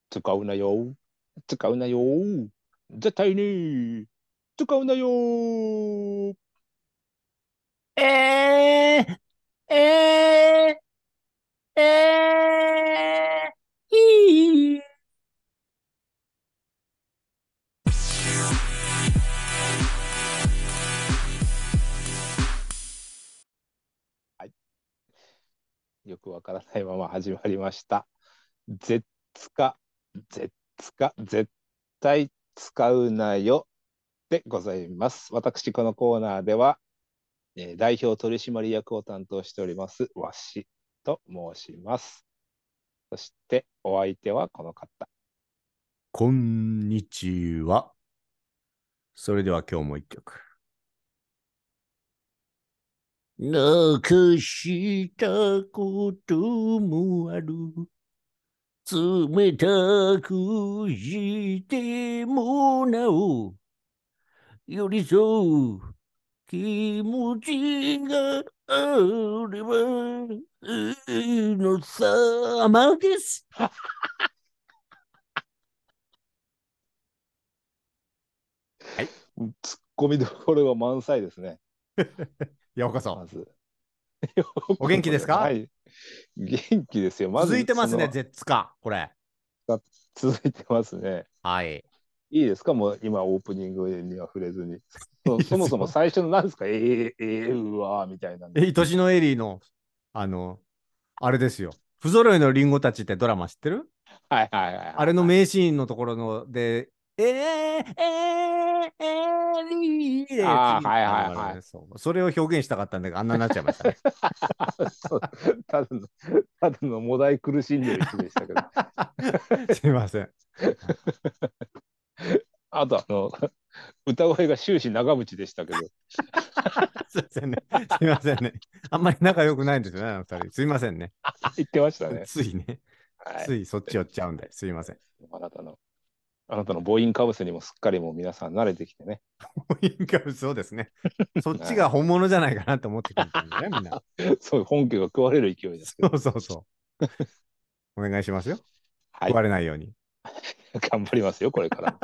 使うなよ。使うなよ。絶対に使うなよ。 えー、えー、えひー。 はい。よくわからないまま始まりました。絶か、絶絶対使うなよでございます。私、このコーナーでは、代表取締役を担当しております、わしと申します。そして、お相手はこの方。 こんにちは。それでは今日も一曲。なくしたこともある。冷たくしてもなお、寄り添う気持ちがあればいいのさまです。はい。 ツッコミどころが満載ですね。 ようこそ。 まず。ようお元気こそですか？ じゃない。元気ですよ。ま続いず、 てますね、絶か、これ。 続いてますね。 はい。 いいですか？もう今オープニングには触れずに。 いいそもそもですよ。 最初の何ですか？うわーみたいなの。 愛しのエリーの、あの、あれですよ。不揃いのリンゴたちってドラマ知ってる？ はいはいはいあれのはいはい。 名シーンのところので、リーでああ、 次はい始まるね。 はいはい。 そう。それを表現したかったんだけど、あんなになっちゃいましたね。 そう、ただの、ただのもだい苦しんでる人でしたけど。 すいません。 あと歌声が終始長渕でしたけど。 すいませんね。すいませんね。あんまり仲良くないんですよね、あの二人。すいませんね。 言ってましたね。 ついね。 はい。 ついそっち寄っちゃうんで、すいません。 あなたの、あなたの母音かぶせにもすっかりもう皆さん慣れてきてね。 そうですね。そっちはい。 が本物じゃないかなと思ってくれてるんだね、みんな。 そう、本家が食われる勢いですけど。 そうそうそう。お願いしますよ。 はい。 食われないように。 頑張りますよ、これからも。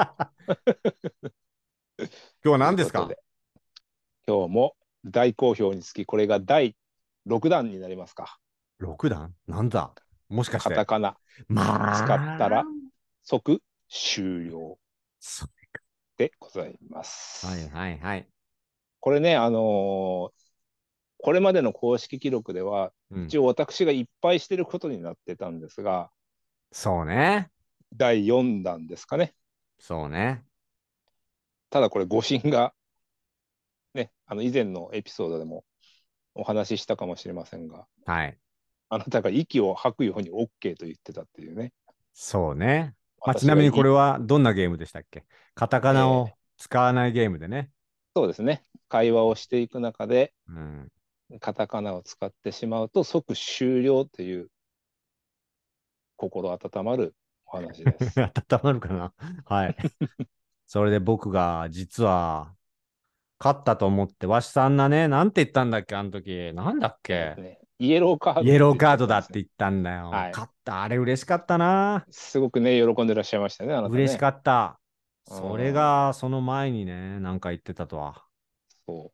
今日はとい何ですか？ うことで、今日も大好評につき、これが第6弾になりますか。 6 段なんだ、もしかしカタて。 カナ使っまあ、 たら即終了そでございまはいす。 はいはい。 これね、これまでの公式記録では、 うん。 一応私がいっぱいしてることになってたんですが、 そうね。 第4弾ですかね。 そうね。 ただこれ誤信がね、以前のエピソードでもお話ししたかもしれませんが、 はい。 あなたが息を吐くように OK と言ってたっていうね。 そうね。まあ、ちなみにこ私がい、 れはどんなゲームでしたっけ？カタカナえを使わないゲームでね。 そうですね。会話をしていく中で、 うん。 カタカナを使ってしまうと即終了という心温まるお話です。 温まるかな。はい。それで僕が実は勝ったと思って、わしさんなね、なんて言ったんだっけ、あの時。なんだっけ。 イエローカーイエドって言っローカードちゃったんですね。 だって言ったんだよ。 はい。 勝った。あれ嬉しかったな。 すごくね、喜んでらっしゃいましたね、あなたね。 嬉しかった。 うそれん。 がその前にね、なんか言ってたとは。 そう。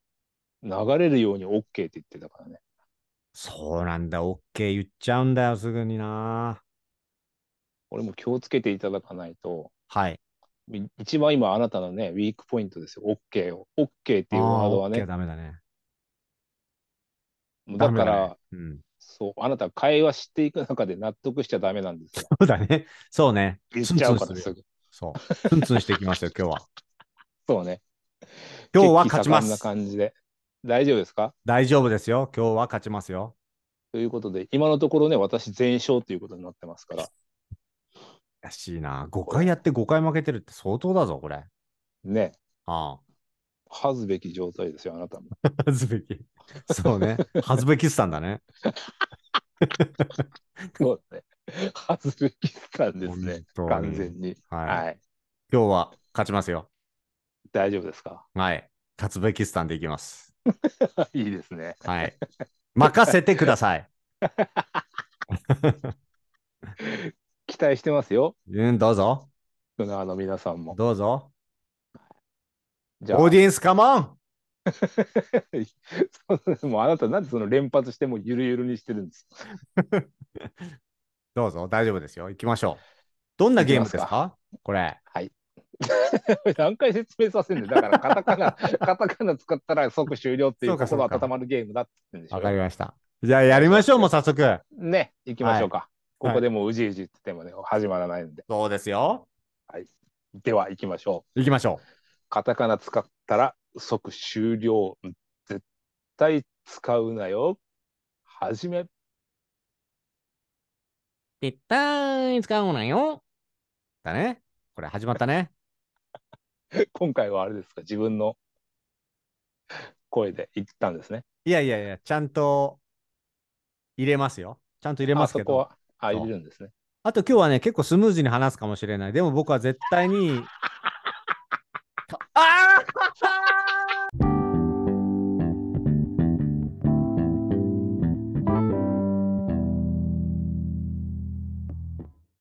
流れるように OK って言ってたからね。 そうなんだ。OK 言っちゃうんだよ、すぐにな。 これも気をつけていただかないと、 はい。 一番今あなたのね、ウィークポイントですよ。OK を。OK っていうワああ、 ードは OK ね。 ダメだね。ダメだね。 だから、 うん。 そう、あなた会話していく中で納得しちゃダメなんですよ。 そうだね。そうね。ツン言っちゃツンするよ。 うからすぐ。 そう。ツンツンしていきますよ、今日は。 そうね。 今日は血気盛んな勝ちます。 感じで。大丈夫ですか？ 大丈夫ですよ。今日は勝ちますよ。 ということで、今のところね、私全勝ということになってますから、 らしいな。5回これ、 やって5回負けてるって相当だぞ、これ。 ね、 あ恥ずべき状態ですよ、あなたも。 あ。恥ずべき。そうね。恥ずべきスタンだね。 そうね。恥ずべきさんです本ね。完当に。 全に。 はい。 はい。 今日は勝ちますよ。 大丈夫ですか？ はい。勝つべきスタンでいきます。 いいですね。 はい。任せてください。 期待待してますよ。 うん、どうぞ。 皆さんも。 どうぞ。 じゃあ、 オーディエンスカモン。 もうあなたなんでその連発してもゆるゆるにしてるんですか？ どうぞ、大丈夫ですよ。行きましょう。どんないきゲーますか。 ムですかこれ？ はい。何回説明させんねん。だからカタカナ使ったら即終了っていそうか、 う心そうか。 温まるゲームだって言ってんでしわょうよ。 かりました。じゃあお願いやりましょう、もうしますよ。 早速。 ね、行きまはい。 しょうか。こはい。 こでもううじうじって言ってもね、始まらないんで。 そうですよ。 はい。では行きましょう。 行きましょカタカナ使ったら即終了。絶対使うなよ。はじめ。 う。絶対使うなよ。だね。これ始まったね。 今回はあれですか、自分の声で言ったんですね。 いやいやいや、ちゃんと入れますよ。ちゃんと入れますけど。 あそこは、入れそう。 るんですね。 あと今日はね、結構スムーズに話すかもしれない。でも僕は絶対に